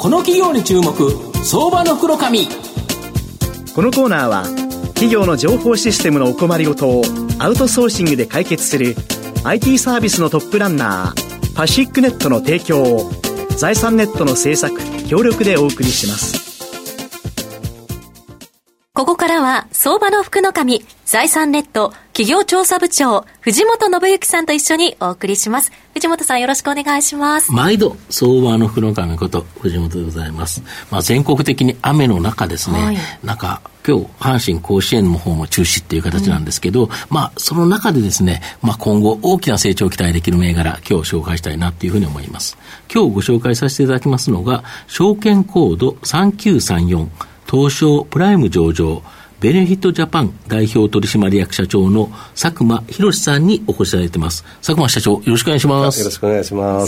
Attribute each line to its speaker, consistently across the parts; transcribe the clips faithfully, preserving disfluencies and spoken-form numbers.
Speaker 1: この企業に注目、相場の福の神。
Speaker 2: このコーナーは企業の情報システムのお困りごとをアウトソーシングで解決する アイティー サービスのトップランナーパシックネットの提供を財産ネットの制作協力でお送りします。
Speaker 3: ここからは相場の福の神、財産ネット企業調査部長藤本信之さんと一緒にお送りします。藤本さん、よろしくお願いします。
Speaker 4: 毎度相場の福の神こと藤本でございます。まあ、全国的に雨の中ですね、はい、なんか今日阪神甲子園の方も中止っていう形なんですけど、うん、まあその中でですね、まあ、今後大きな成長を期待できる銘柄、今日紹介したいなというふうに思います。今日ご紹介させていただきますのが証券コードさんきゅうさんよん東証プライム上場ベネフィットジャパン代表取締役社長の佐久間博さんにお越しいただいています。佐久間社長、よろしくお願いします。
Speaker 5: よろしくお願いします。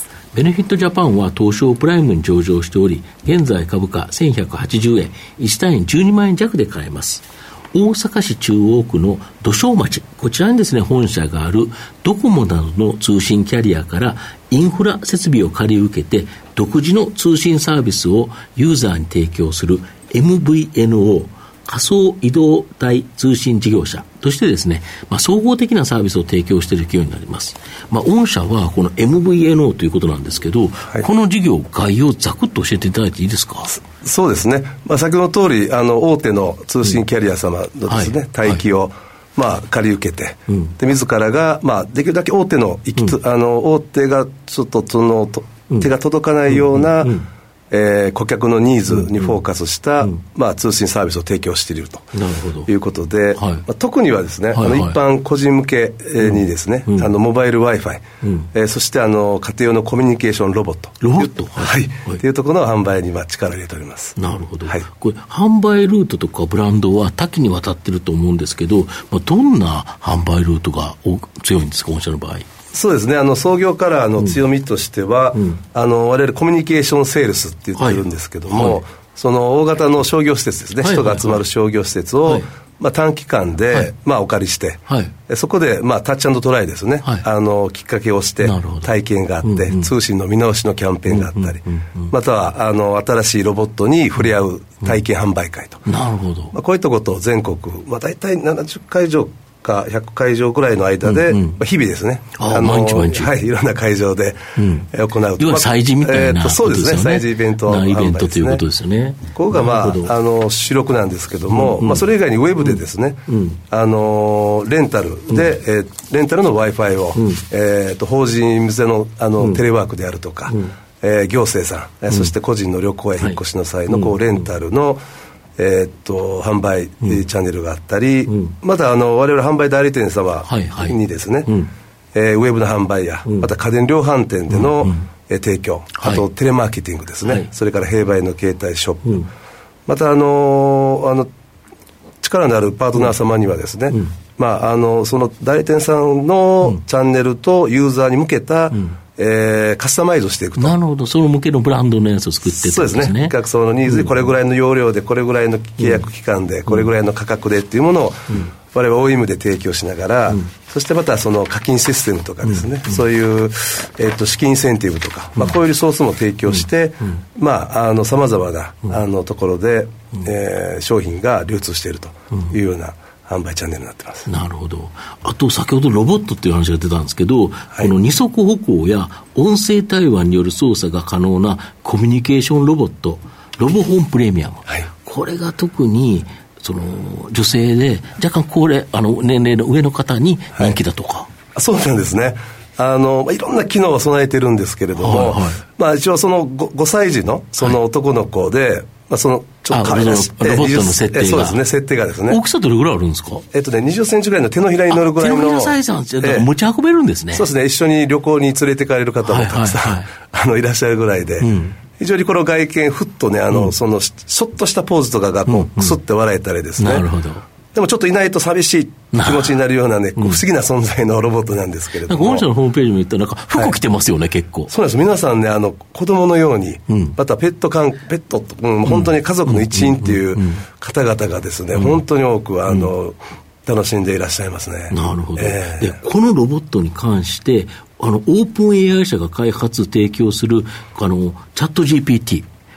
Speaker 4: ベネフィットジャパンは東証プライムに上場しており、現在株価せんひゃくはちじゅうえん、いち単位じゅうにまんえん弱で買えます。大阪市中央区の土庄町、こちらにですね本社があるドコモなどの通信キャリアからインフラ設備を借り受けて独自の通信サービスをユーザーに提供する エムブイエヌオー 仮想移動体通信事業者としてですね、まあ、総合的なサービスを提供している企業になります。まあ、御社はこの エムブイエヌオー ということなんですけど、はい、この事業概要をざくっと教えていただいていいですか。
Speaker 5: そうですね、まあ、先ほどの通りあの大手の通信キャリア様のですね、うん、はい、帯域を、まあ、借り受けて、うん、で自らが、まあ、できるだけ大手の、うん、あの大手がちょっとそのと、うん、手が届かないような、うんうんうん、えー、顧客のニーズにフォーカスした、うんうん、まあ、通信サービスを提供しているということで、はい、まあ、特にはですね、はいはい、あの一般個人向けにですね、うん、あのモバイル Wi-Fi、うん、えー、そしてあの家庭用のコミュニケーションロボット
Speaker 4: ロボット、
Speaker 5: はいはいはい、というところの販売には力を入れております。
Speaker 4: なるほど、はい、これ販売ルートとかブランドは多岐にわたってると思うんですけど、まあ、どんな販売ルートが強いんですか、御社の場合。
Speaker 5: そうですね、あの創業からの強みとしては、うん、あの我々コミュニケーションセールスって言ってるんですけども、はいはい、その大型の商業施設ですね、はいはいはい、人が集まる商業施設を、はい、まあ、短期間で、はい、まあ、お借りして、はい、そこで、まあ、タッチ&トライですね、はい、あのきっかけをして体験があって、うんうん、通信の見直しのキャンペーンがあったり、うんうんうん、またはあの新しいロボットに触れ合う体験販売会と、
Speaker 4: うん、なるほど、
Speaker 5: まあ、こういったことを全国、まあ、大体ななじゅっかい以上かひゃっかい以上ぐらいの間で、うんうん、まあ、日々ですね、
Speaker 4: ああの毎日毎日、
Speaker 5: はい、いろんな会場で、うん、行うと、
Speaker 4: いわゆる催事みたいなことですよね、
Speaker 5: えー、そうですね、催事イベント販売ですね、
Speaker 4: イベントということですよね。
Speaker 5: ここが、まあ、あの主力なんですけども、うんうん、まあ、それ以外にウェブでですね、うん、あのレンタルで、うん、えー、レンタルの Wi-Fi を、うん、えー、と法人向けの、あの、うん、テレワークであるとか、うん、えー、行政さん、うん、そして個人の旅行や引っ越しの際の、こうレンタルの、えー、っと販売、うん、チャンネルがあったり、うん、またあの我々販売代理店様にですね、はいはい、うん、えー、ウェブの販売や、うん、また家電量販店での、うん、えー、提供、あと、はい、テレマーケティングですね、はい、それから併売の携帯ショップ、うん、またあのあの力のあるパートナー様にはですね、うん、まあ、あのその代理店さんのチャンネルとユーザーに向けた、うん、えー、カスタマイズしていくと。
Speaker 4: なるほど、その向けのブランドのやつを作っていくんですね。
Speaker 5: そうですね、客層のニーズでこれぐらいの容量で、これぐらいの契約期間で、これぐらいの価格でっていうものを、うん、我々 オーイーエム で提供しながら、うん、そしてまたその課金システムとかですね、うん、そういう、えー、と資金インセンティブとか、うん、まあ、こういうリソースも提供して、うん、まあ、あの様々な、うん、あのところで、うん、えー、商品が流通しているというような、うん、販売チャンネルになってます。
Speaker 4: なるほど。あと先ほどロボットっていう話が出たんですけど、はい、この二足歩行や音声対話による操作が可能なコミュニケーションロボットロボホームプレミアム、はい、これが特にその女性で若干高齢あの年齢の上の方に人気だとか、はい、
Speaker 5: そうなんですね。あのいろんな機能を備えてるんですけれども、はいはい、まあ、一応その ご, ごさい児のその男の子で、はい、まあ、そのちょっと可愛らしい
Speaker 4: ロボットの設定が、
Speaker 5: そうですね、設定がですね、
Speaker 4: 大きさどれぐらいあるんですか。
Speaker 5: えっとね、にじゅっセンチぐらいの手のひらに乗るぐらいの、
Speaker 4: 手のひらサイズなんですよ。だから持ち運べるんですね。
Speaker 5: そうですね、一緒に旅行に連れて帰れる方もたくさん、はいはいはい、あのいらっしゃるぐらいで、うん、非常にこの外見ふっとね、あの、うん、そのショッとしたポーズとかがこうクスって笑えたりですね、うんうん、なるほど。でもちょっといないと寂しい気持ちになるようなね、こう不思議な存在のロボットなんですけれども、
Speaker 4: なんか御社のホームページも言ったらなんか服着てますよね、はい、結構。
Speaker 5: そうなんです。皆さんね、あの子供のように、うん、またペット関ペットと、うん、本当に家族の一員っていう方々がですね、うん、本当に多くあの、うん、楽しんでいらっしゃいますね。
Speaker 4: なるほど、えー、でこのロボットに関してあのオープン エーアイ 社が開発提供するあのチャット ジーピーティー、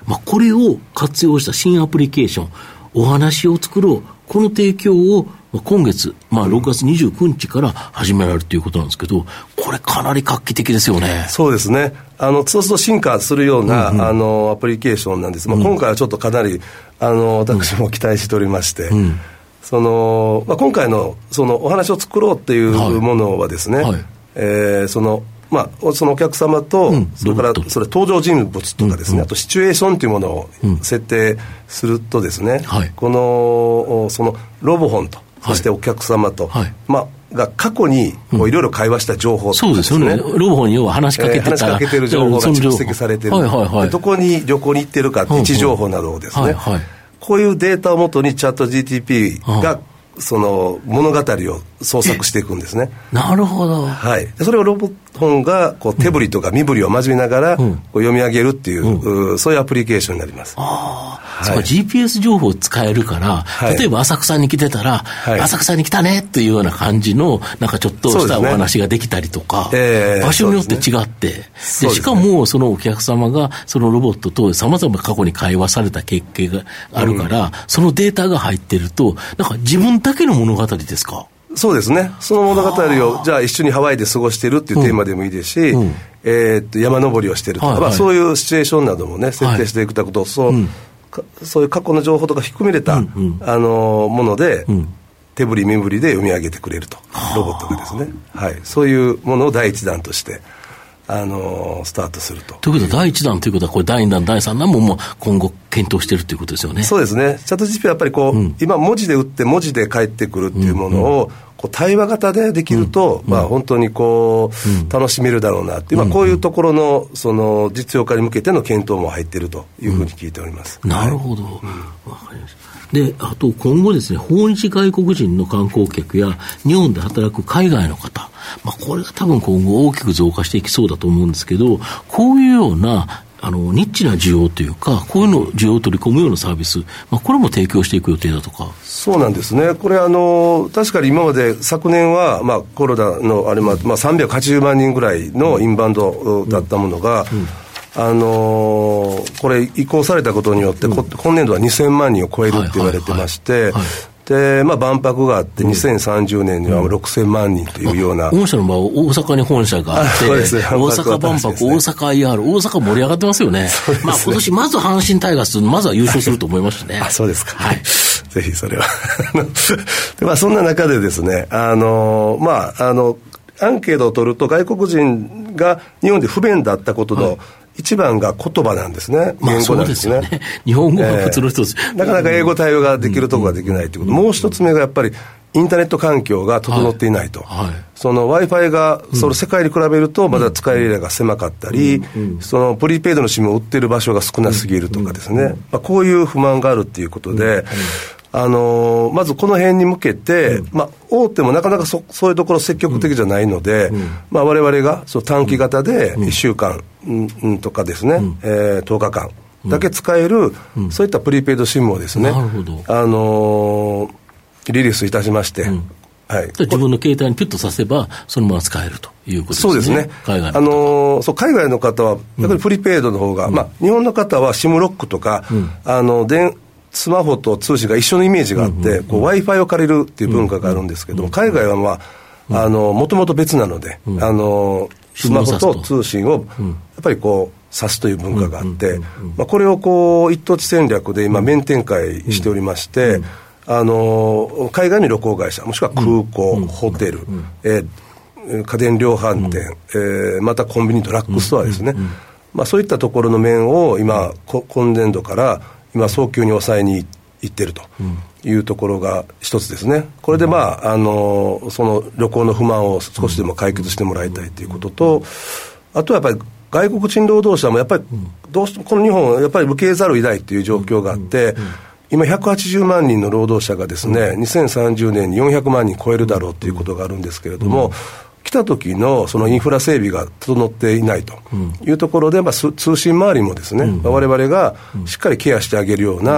Speaker 4: まあ、これを活用した新アプリケーション、お話を作ろう、この提供を今月、まあ、ろくがつにじゅうくにちから始められるということなんですけど、これかなり画期的ですよね。
Speaker 5: そうですね。あのそうすると進化するような、うんうん、あのアプリケーションなんです、まあ、今回はちょっとかなりあの私も期待しておりまして、うん、そのまあ、今回のそのお話を作ろうっていうものはですね、はいはい、えー、そのまあ、そのお客様と、うん、それからそれ登場人物とかですね、うんうん、あとシチュエーションというものを設定するとですね、うん、はい、このそのロボホンと、そしてお客様と、はい、まあが過去にいろいろ会話した情報とかですね、うん、そうですよね。ロボホンに要は話しかけてた、えー、話しかけてる情報が蓄積されてる、はいはいはい、どこに旅行に行ってるかって位置情報などをですね、はいはい、こういうデータをもとにチャット ジーティーピー がその物語を創作していくんですね。
Speaker 4: なるほど。
Speaker 5: はい。それをロボ本がこう手振りとか身振りを交えながらこう読み上げるっていう、うん、そういうアプリケーションになります。
Speaker 4: ああ、はい、そうか、ジーピーエス 情報を使えるから、はい、例えば浅草に来てたら、はい、浅草に来たねっていうような感じのなんかちょっとしたお話ができたりとか、ね、えー、場所によって違って、で、ね、でしかもそのお客様がそのロボットとさまざま過去に会話された経験があるから、うん、そのデータが入ってるとなんか自分だけの物語ですか。
Speaker 5: そうですね。その物語をじゃあ一緒にハワイで過ごしてるっていうテーマでもいいですし、うん、えー、っと山登りをしてるとか、はいはい、まあ、そういうシチュエーションなどもね設定していくこと、はい、そう、うん、そういう過去の情報とか含めれた、うんうん、あのもので、うん、手振り身振りで読み上げてくれると、ロボットがですね、はい、そういうものを第一弾としてあのスタートすると。
Speaker 4: ということは第一弾ということはこれだいにだんだいさんだんももう今後検討しているということですよね。
Speaker 5: そうですね。チャット ジーピーティー はやっぱりこう、うん、今文字で打って文字で返ってくるっていうものを、うんうん、こう対話型でできると、うん、まあ、本当にこう、うん、楽しめるだろうなっていう、まあ、こういうところのその実用化に向けての検討も入っているというふうに聞いております、
Speaker 4: うん、なるほど、わ、うん、かりました。で、あと今後ですね、訪日外国人の観光客や日本で働く海外の方、まあ、これが多分今後大きく増加していきそうだと思うんですけど、こういうようなあのニッチな需要というか、こういうの需要を取り込むようなサービス、まあ、これも提供していく予定だとか。
Speaker 5: そうなんですね。これあの確かに今まで昨年は、まあ、コロナのあれ、まあまあ、さんびゃくはちじゅうまんにんぐらいのインバウンドだったものが、うんうん、あのー、これ移行されたことによって、うん、今年度はにせんまんにんを超えるって言われてまして、はいはいはいはい、で、まあ、万博があってにせんさんじゅうねんにはろくせんまんにんというような、
Speaker 4: うん、御社の場合大阪に本社があって、ね、大阪万博、大阪 アイアール、大阪盛り上がってますよね。ね、まあ、今年まず阪神タイガースまずは優勝すると思いましたね。
Speaker 5: あ、そうですか、はい、ぜひそれはで、まあ、そんな中でですね、あのまああのアンケートを取ると外国人が日本で不便だったことの、はい、一番が言葉なんですね。言語なんですね。まあ、そうですよね。日本語が普通の人です、 えー、なかなか英語対応ができるところができないということ、うんうん、もう一つ目がやっぱりインターネット環境が整っていないと、はいはい、その Wi-Fi がその世界に比べるとまだ使いエリアが狭かったり、うんうん、そのプリペイドの SIM を売ってる場所が少なすぎるとかですね、うんうん、まあ、こういう不満があるっていうことで、うんうん、あのー、まずこの辺に向けて、うん、まあ、大手もなかなか そ, そういうところ積極的じゃないので、うん、まあ、我々がその短期型でいっしゅうかん、うんうん、とかですね、うん、えー、とおかかんだけ使える、うん、そういったプリペイド SIM をですね、なるほど、あのー、リリースいたしまして、うん、はい、
Speaker 4: 自分の携帯にピュッとさせばそのまま使えるということですね。
Speaker 5: そうですね。海外の方、あのー、そう海外の方はやっぱりプリペイドの方が、うん、まあ、日本の方は SIM ロックとか、うん、あの電スマホと通信が一緒のイメージがあって、うんうんうん、こう Wi-Fi を借りるっていう文化があるんですけども、うんうん、海外はまあ、あのもともと別なので、うん、あのスマホと通信をやっぱりこう挿すという文化があって、まあ、これをこう一等地戦略で今面展開しておりまして、うん、あの海外の旅行会社もしくは空港、うん、ホテル、うん、えー、家電量販店、うん、えー、またコンビニドラッグストアですね、うんうんうん、まあ、そういったところの面を今今年度から今早急に抑えにいっているというところが一つですね。これでまあ、あのその旅行の不満を少しでも解決してもらいたいということと、あとはやっぱり外国人労働者もやっぱりどうしてもこの日本はやっぱり受けざるを得ないという状況があって、今ひゃくはちじゅうまんにんの労働者がですね、にせんさんじゅうねんによんひゃくまんにん超えるだろうということがあるんですけれども、来た時のそのインフラ整備が整っていないというところで、まあ、通信周りもですね、うん、まあ、我々がしっかりケアしてあげるような、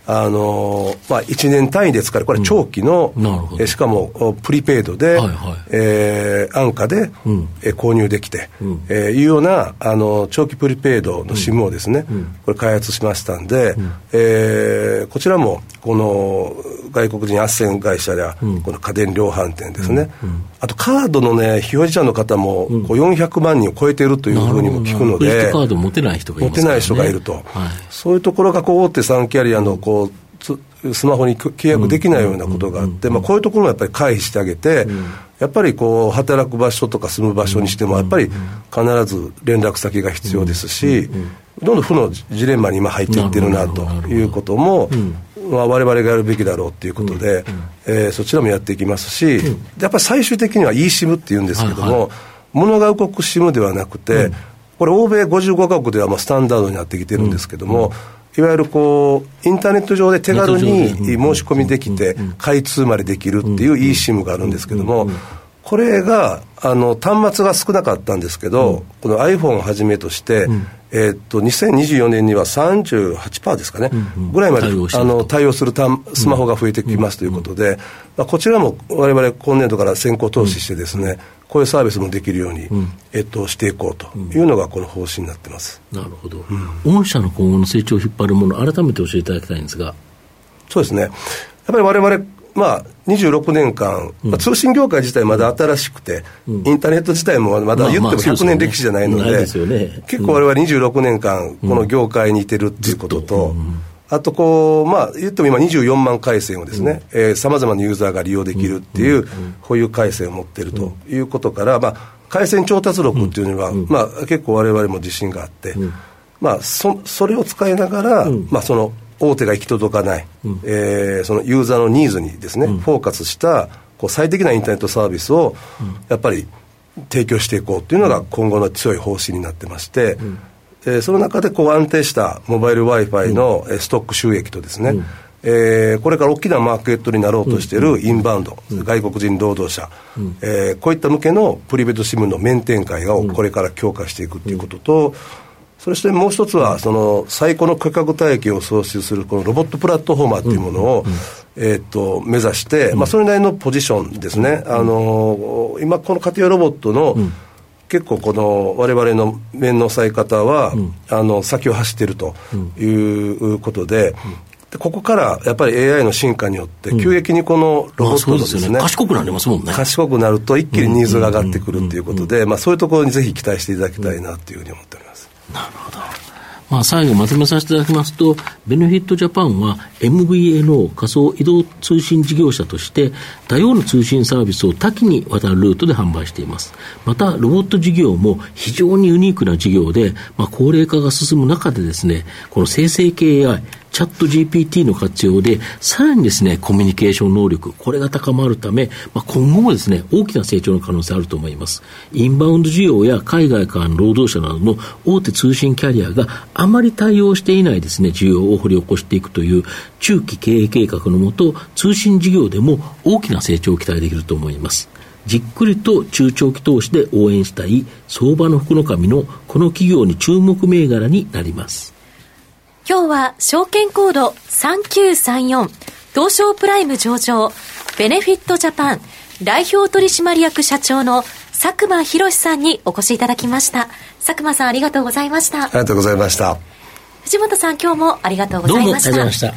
Speaker 5: あのまあ、いちねん単位で使える、これ長期の、うん、えしかもプリペイドで、はいはい、えー、安価で、うん、え購入できて、うん、えー、いうようなあの長期プリペイドの SIM をですね、うん、これ開発しましたんで、うん、えー、こちらもこの外国人斡旋会社や、うん、この家電量販店ですね、うんうん、あとカードのね非保持者の方もこうよんひゃくまんにんを超えているというふうにも聞くので、
Speaker 4: クレジットカード持てない人がいますからね、
Speaker 5: 持てない人がいると、はい、そういうところがこう大手さんキャリアのこうスマホに契約できないようなことがあって、まあ、こういうところもやっぱり回避してあげて、うん、やっぱりこう働く場所とか住む場所にしてもやっぱり必ず連絡先が必要ですし、どんどん負のジレンマに今入っていってるなということも、まあ、我々がやるべきだろうということで、えー、そちらもやっていきますし、やっぱり最終的には eSIM っていうんですけども、はいはい、物が動く SIM ではなくて、これ欧米ごじゅうごカ国ではもうスタンダードになってきてるんですけども、いわゆるこうインターネット上で手軽に申し込みできて開通までできるっていう eSIM があるんですけども、これがあの端末が少なかったんですけど、この iPhone をはじめとして、えー、っとにせんにじゅうよねんには さんじゅうはちパーセント ですかね、ぐらいまであの対応するスマホが増えてきますということで、まあ、こちらも我々今年度から先行投資してですね、こういうサービスもできるように、うん、えっと、していこうというのがこの方針になってます、
Speaker 4: うん、なるほど、うん、御社の今後の成長を引っ張るもの、改めて教えていただきたいんですが。
Speaker 5: そうですね、やっぱり我々、まあ、にじゅうろくねんかん、うん、まあ、通信業界自体まだ新しくて、うん、インターネット自体もまだ言ってもひゃくねん歴史じゃないので、結構我々にじゅうろくねんかんこの業界にいてるっていうことと、うんうん、あとこう、まあ、言っても今にじゅうよんまん回線をですね、さまざまなユーザーが利用できるっていう保有回線を持っているということから、まあ、回線調達力っていうのは、うん、まあ、結構我々も自信があって、うん、まあ、そ, それを使いながら、うん、まあ、その大手が行き届かない、うん、えー、そのユーザーのニーズにですね、うん、フォーカスしたこう最適なインターネットサービスをやっぱり提供していこうというのが今後の強い方針になってまして、うん、えー、その中でこう安定したモバイル Wi-Fi のストック収益とですね、うん、えー、これから大きなマーケットになろうとしているインバウンド、うん、外国人労働者、うん、えー、こういった向けのプリペイド SIM の面展開をこれから強化していくということと、うん、そしてもう一つはその最高の価格帯域を創出するこのロボットプラットフォーマーというものを、うんうん、えー、と目指して、まあ、それなりのポジションですね、うん、あの今この家庭ロボットの、うん、結構この我々の面の押さえ方は、うん、あの先を走っているということで、うん、でここからやっぱり エーアイ の進化によって急激にこのロボットのですね、
Speaker 4: まあ、そうですよね、賢くなりますもんね。
Speaker 5: 賢くなると一気にニーズが上がってくるということで、まあ、そういうところにぜひ期待していただきたいなというふうに思っております。
Speaker 4: なるほど。まあ、最後まとめさせていただきますと、ベネフィットジャパンは エムブイエヌオー 仮想移動通信事業者として多様な通信サービスを多岐にわたるルートで販売しています。またロボット事業も非常にユニークな事業で、まあ、高齢化が進む中でですね、この生成系 エーアイ、チャット ジーピーティー の活用でさらにですね、コミュニケーション能力、これが高まるため、まあ、今後もですね、大きな成長の可能性あると思います。インバウンド需要や海外からの労働者などの大手通信キャリアがあまり対応していないですね、需要を掘り起こしていくという中期経営計画のもと、通信事業でも大きな成長を期待できると思います。じっくりと中長期投資で応援したい相場の福の神のこの企業に注目銘柄になります。
Speaker 3: 今日は証券コードさんきゅうさんよん東証プライム上場ベネフィットジャパン代表取締役社長の佐久間博さんにお越しいただきました。佐久間さん、ありがとうございました。
Speaker 5: ありがとうございました。
Speaker 3: 藤本さん、今日もありがとうございました。
Speaker 4: どうもありがとうございました。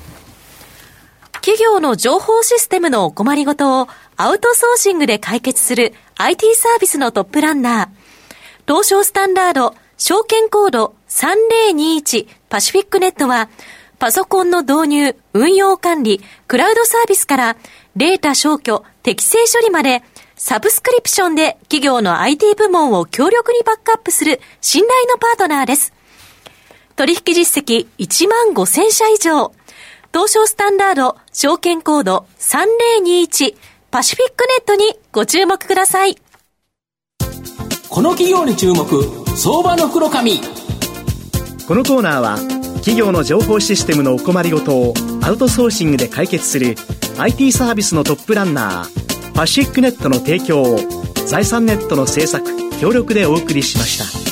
Speaker 3: 企業の情報システムのお困りごとをアウトソーシングで解決する アイティー サービスのトップランナー、東証スタンダード証券コードさんぜろにいちパシフィックネットは、パソコンの導入、運用管理、クラウドサービスからデータ消去、適正処理までサブスクリプションで企業の アイティー 部門を強力にバックアップする信頼のパートナーです。取引実績いちまんごせんしゃ以上、東証スタンダード証券コードさんぜろにいちパシフィックネットにご注目ください。
Speaker 1: この企業に注目、相場の福の神。
Speaker 2: このコーナーは企業の情報システムのお困りごとをアウトソーシングで解決する アイティー サービスのトップランナーパシフィックネットの提供を財産ネットの制作協力でお送りしました。